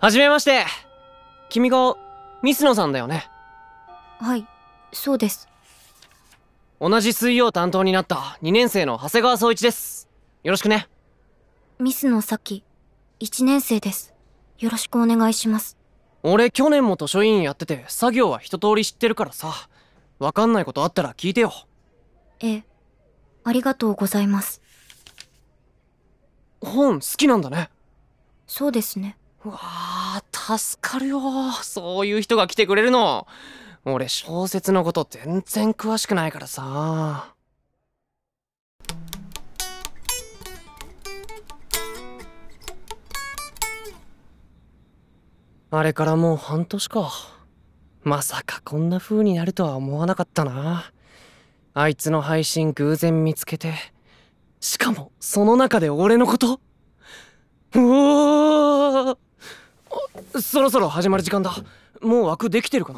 はじめまして。君がミスノさんだよね。 はい、そうです。 同じ水曜担当になった2年生の長谷川総一です。よろしくね。 ミスの咲1年生です。よろしくお願いします。 俺去年も図書委員やってて作業は一通り知ってるからさ、わかんないことあったら聞いてよ。 ええ、ありがとうございます。 本好きなんだね。 そうですね。 うわー、助かるよ。そういう人が来てくれるの。俺小説のこと全然詳しくないからさ。あれからもう半年か。まさかこんな風になるとは思わなかったな。あいつの配信偶然見つけて、しかもその中で俺のこと。うおー、そろそろ始まる時間だ。もう枠できてるかな。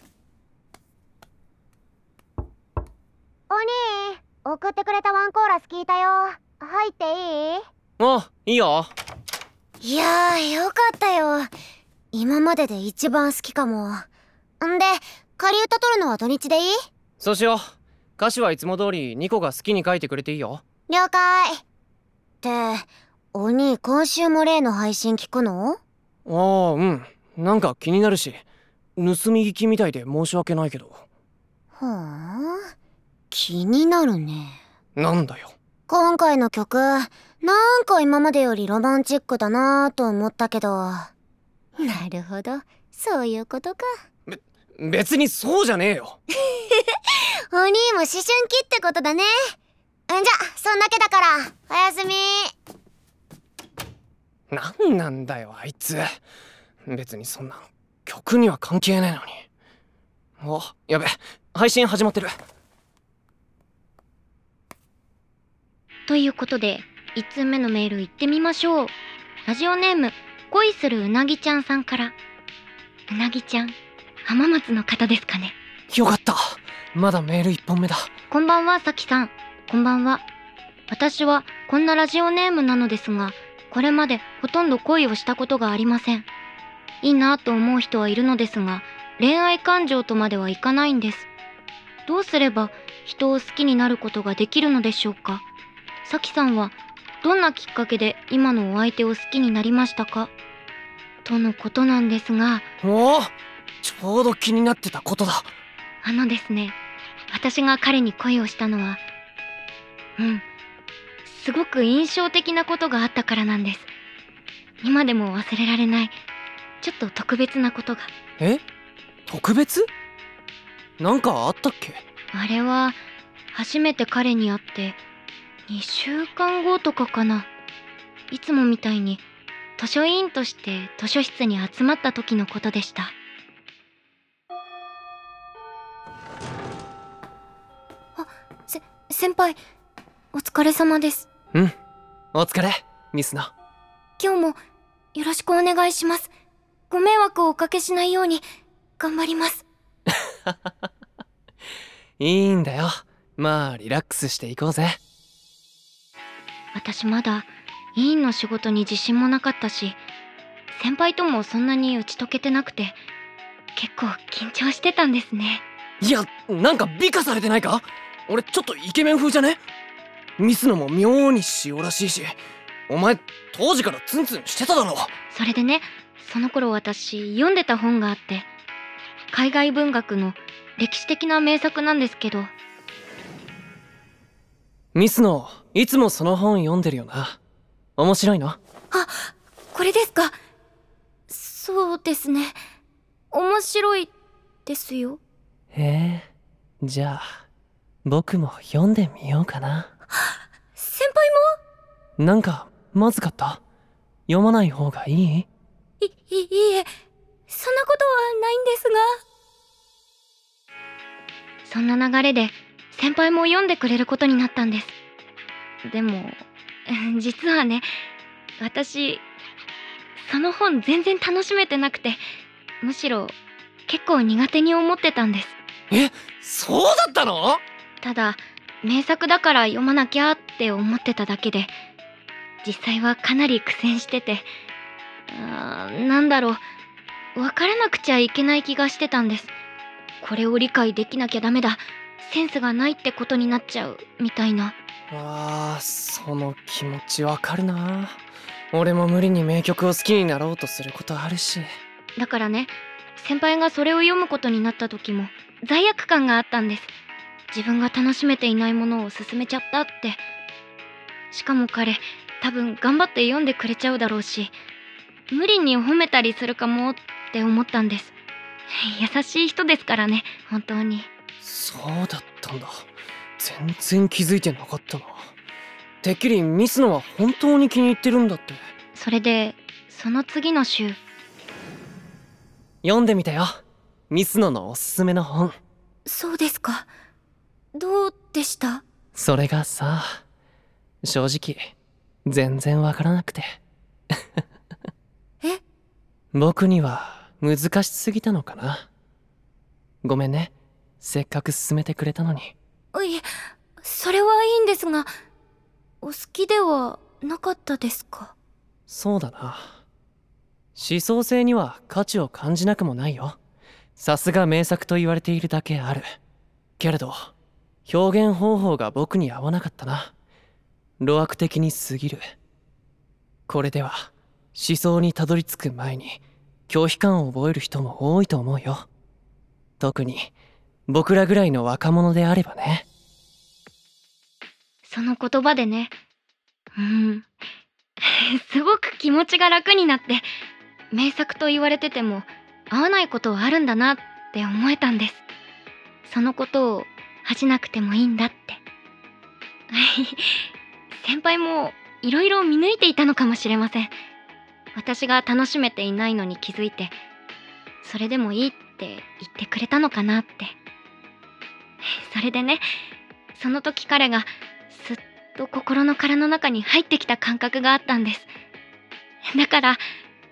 お兄、送ってくれたワンコーラス聞いたよ。入っていい？ あ、いいよ。 いやー、よかったよ。今までで一番好きかも。んで、仮歌取るのは土日でいい？ そうしよう。歌詞はいつも通りニコが好きに書いてくれていいよ。 了解。ってお兄、今週も例の配信聞くの？ ああ、うん。なんか気になるし、盗み聞きみたいで申し訳ないけど。 ふーん、気になるね。 なんだよ。 今回の曲、なんか今までよりロマンチックだなーと思ったけど。なるほど、そういうことか。 別にそうじゃねえよ。 お兄も思春期ってことだね。じゃ、そんだけだから、おやすみ。 なんなんだよ、あいつ。別にそんな、曲には関係ないのに。お、やべ、配信始まってる。 ということで、1通目のメール行ってみましょう。ラジオネーム、恋するうなぎちゃんさんから。うなぎちゃん、浜松の方ですかね。 よかった。まだメール1本目だ。 こんばんは、さきさん。こんばんは。私はこんなラジオネームなのですが、これまでほとんど恋をしたことがありません。いいなと思う人はいるのですが、恋愛感情とまではいかないんです。どうすれば人を好きになることができるのでしょうか。さきさんはどんなきっかけで今のお相手を好きになりましたか、とのことなんですが。 おお、ちょうど気になってたことだ。 ですね、私が彼に恋をしたのは、すごく印象的なことがあったからなんです。今でも忘れられない、ちょっと特別なことが。 え？特別？なんかあったっけ？ あれは、初めて彼に会って、2週間後とかかな。いつもみたいに、図書委員として図書室に集まった時のことでした。先輩、お疲れ様です。 うん、お疲れ、ミスナ。 今日もよろしくお願いします。ご迷惑をおかけしないように頑張ります。 いいんだよ。まあリラックスしていこうぜ。 私まだ委員の仕事に自信もなかったし、先輩ともそんなに打ち解けてなくて、結構緊張してたんですね。 いや、なんか美化されてないか？俺ちょっとイケメン風じゃね？ミスのも妙に塩らしいし、お前当時からツンツンしてただろ。 それでね、その頃私読んでた本があって、海外文学の歴史的な名作なんですけど。 ミスの、いつもその本読んでるよな。面白いの？ あ、これですか。そうですね、面白いですよ。 へえ、じゃあ僕も読んでみようかな。 先輩も？ なんかまずかった？読まない方がいい？ いいえ、そんなことはないんですが。そんな流れで先輩も読んでくれることになったんです。でも実はね、私その本全然楽しめてなくて、むしろ結構苦手に思ってたんです。 え、そうだったの？ ただ名作だから読まなきゃって思ってただけで、実際はかなり苦戦してて、 なんだろう、わからなくちゃいけない気がしてたんです。これを理解できなきゃダメだ、センスがないってことになっちゃうみたいな。 その気持ちわかるな。俺も無理に名曲を好きになろうとすることあるし。 だからね、先輩がそれを読むことになった時も罪悪感があったんです。自分が楽しめていないものを勧めちゃったって。しかも彼、多分頑張って読んでくれちゃうだろうし、無理に褒めたりするかもって思ったんです。優しい人ですからね、本当に。 そうだったんだ。全然気づいてなかったな。てっきりミスノは本当に気に入ってるんだって。 それでその次の週、 読んでみたよ、ミスノのおすすめの本。 そうですか。どうでした？ それがさ、正直全然わからなくてえ？ 僕には難しすぎたのかな。ごめんね、せっかく勧めてくれたのに。 いえ、それはいいんですが、お好きではなかったですか？ そうだな。思想性には価値を感じなくもないよ。さすが名作と言われているだけある。けれど表現方法が僕に合わなかったな。路悪的に過ぎる。これでは思想にたどり着く前に拒否感を覚える人も多いと思うよ。特に僕らぐらいの若者であればね。 その言葉でね、すごく気持ちが楽になって、名作と言われてても合わないことはあるんだなって思えたんです。そのことを恥じなくてもいいんだって。先輩もいろいろ見抜いていたのかもしれません。私が楽しめていないのに気づいて、それでもいいって言ってくれたのかなって。それでね、その時彼がすっと心の殻の中に入ってきた感覚があったんです。だから、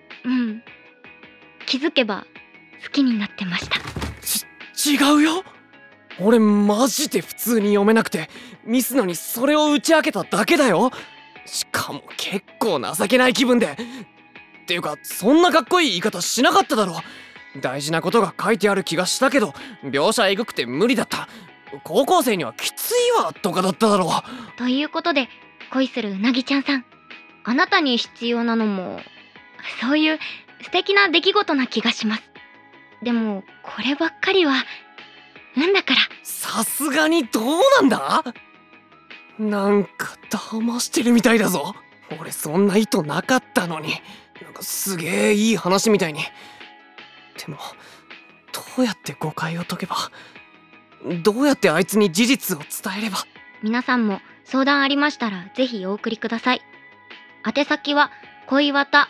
気づけば好きになってました。 違うよ。俺マジで普通に読めなくてミスノにそれを打ち明けただけだよ。しかも結構情けない気分で。っていうかそんなかっこいい言い方しなかっただろ。大事なことが書いてある気がしたけど描写えぐくて無理だった。高校生にはきついわとかだっただろう。 ということで、恋するうなぎちゃんさん、あなたに必要なのもそういう素敵な出来事な気がします。でもこればっかりは運だから。 さすがにどうなんだ。なんか騙してるみたいだぞ。俺そんな意図なかったのに。なんかすげえいい話みたいに。でもどうやって誤解を解けば、どうやってあいつに事実を伝えれば。 皆さんも相談ありましたらぜひお送りください。宛先は恋わた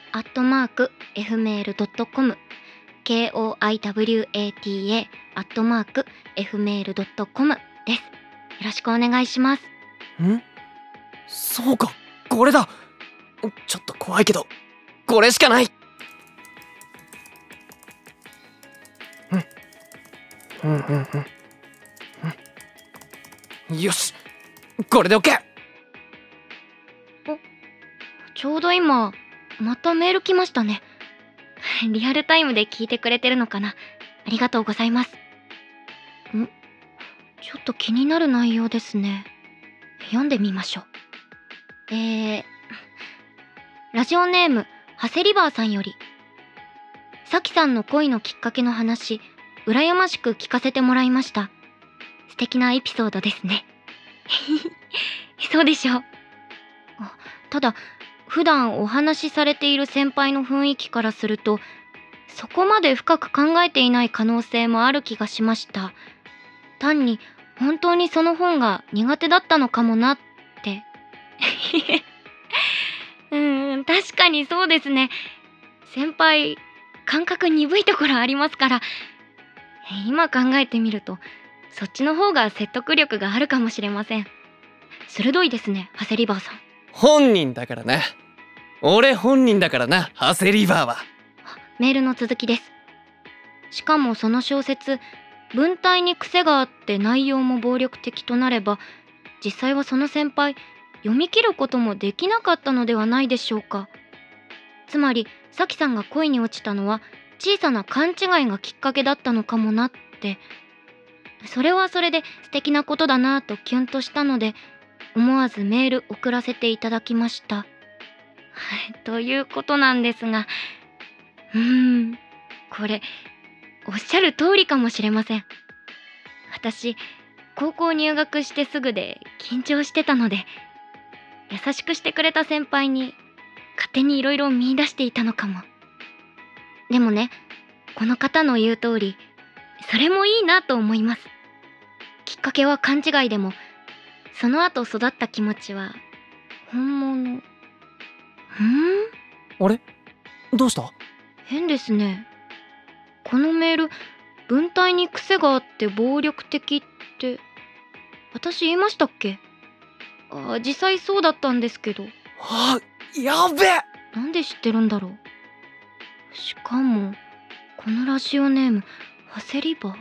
@fmail.com、koiwata@fmail.com です。よろしくお願いします。 そうか、これだ。ちょっと怖いけどこれしかない。よし、これで OK。 ちょうど今またメール来ましたね。リアルタイムで聞いてくれてるのかな。ありがとうございます。ちょっと気になる内容ですね。読んでみましょう。ラジオネームハセリバーさんより、さきさんの恋のきっかけの話、羨ましく聞かせてもらいました。素敵なエピソードですね。そうでしょう。ただ普段お話しされている先輩の雰囲気からすると、そこまで深く考えていない可能性もある気がしました。単に本当にその本が苦手だったのかもなって。確かにそうですね。先輩感覚鈍いところありますから、今考えてみるとそっちの方が説得力があるかもしれません。鋭いですね、ハセリバーさん。 本人だからな。俺本人だからな、ハセリバーは。 メールの続きです。しかもその小説、文体に癖があって内容も暴力的となれば、実際はその先輩読み切ることもできなかったのではないでしょうか。 つまりサキさんが恋に落ちたのは小さな勘違いがきっかけだったのかもなって。それはそれで素敵なことだなぁとキュンとしたので、思わずメール送らせていただきました。ということなんですが、これおっしゃる通りかもしれません。私、高校入学してすぐで緊張してたので、優しくしてくれた先輩に勝手にいろいろ見出していたのかも。でもね、この方の言う通り、それもいいなと思います。きっかけは勘違いでも、その後育った気持ちは本物。 あれ？どうした？ 変ですね。このメール、文体に癖があって暴力的って私言いましたっけ？実際そうだったんですけど。 やべえ！ なんで知ってるんだろう。しかもこのラジオネームハセリバー。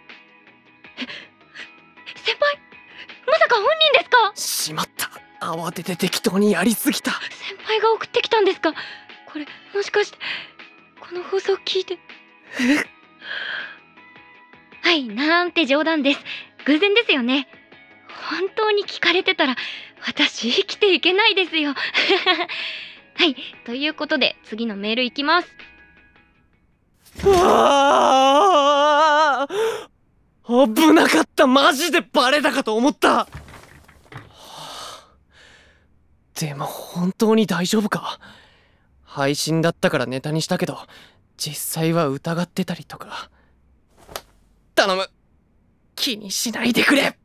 先輩、まさか本人ですか？ しまった、慌てて適当にやりすぎた。 先輩が送ってきたんですか？これもしかしてこの放送聞いて。はい、なんて冗談です。偶然ですよね。本当に聞かれてたら私生きていけないですよ。はい、ということで次のメールいきます。 危なかった。マジでバレたかと思った。でも本当に大丈夫か？配信だったからネタにしたけど、実際は疑ってたりとか。頼む、気にしないでくれ。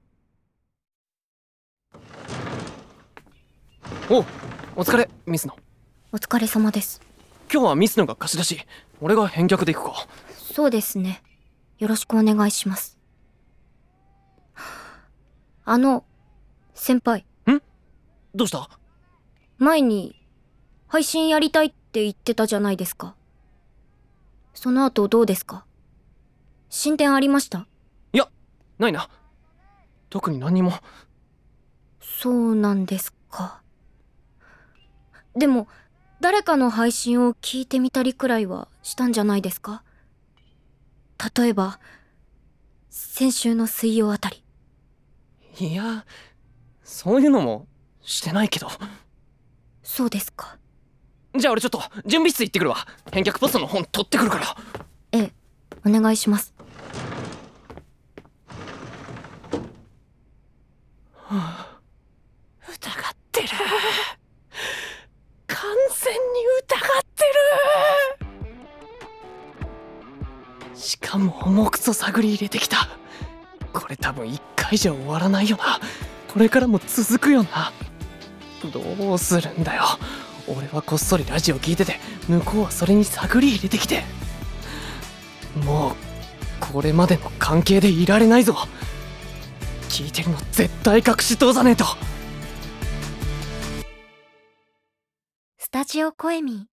お疲れ、ミスノ。 お疲れ様です。 今日はミスノが貸し出し、俺が返却で行くか。 そうですね、よろしくお願いします。先輩。 どうした？ 前に配信やりたいって言ってたじゃないですか。その後どうですか？進展ありました？ いや、ないな。特に何にも。 そうなんですか。でも誰かの配信を聞いてみたりくらいはしたんじゃないですか？例えば先週の水曜あたり。 いや、そういうのもしてないけど。 そうですか。 じゃあ俺ちょっと準備室行ってくるわ。返却ポストの本取ってくるから。 ええ、お願いします。 疑ってる。完全に疑ってる。しかも重くそ探り入れてきた。これ多分1回じゃ終わらないよな。これからも続くよな。どうするんだよ。俺はこっそりラジオ聞いてて、向こうはそれに探り入れてきて。もうこれまでの関係でいられないぞ。聞いてるの絶対隠し通さねえと。 スタジオコエミー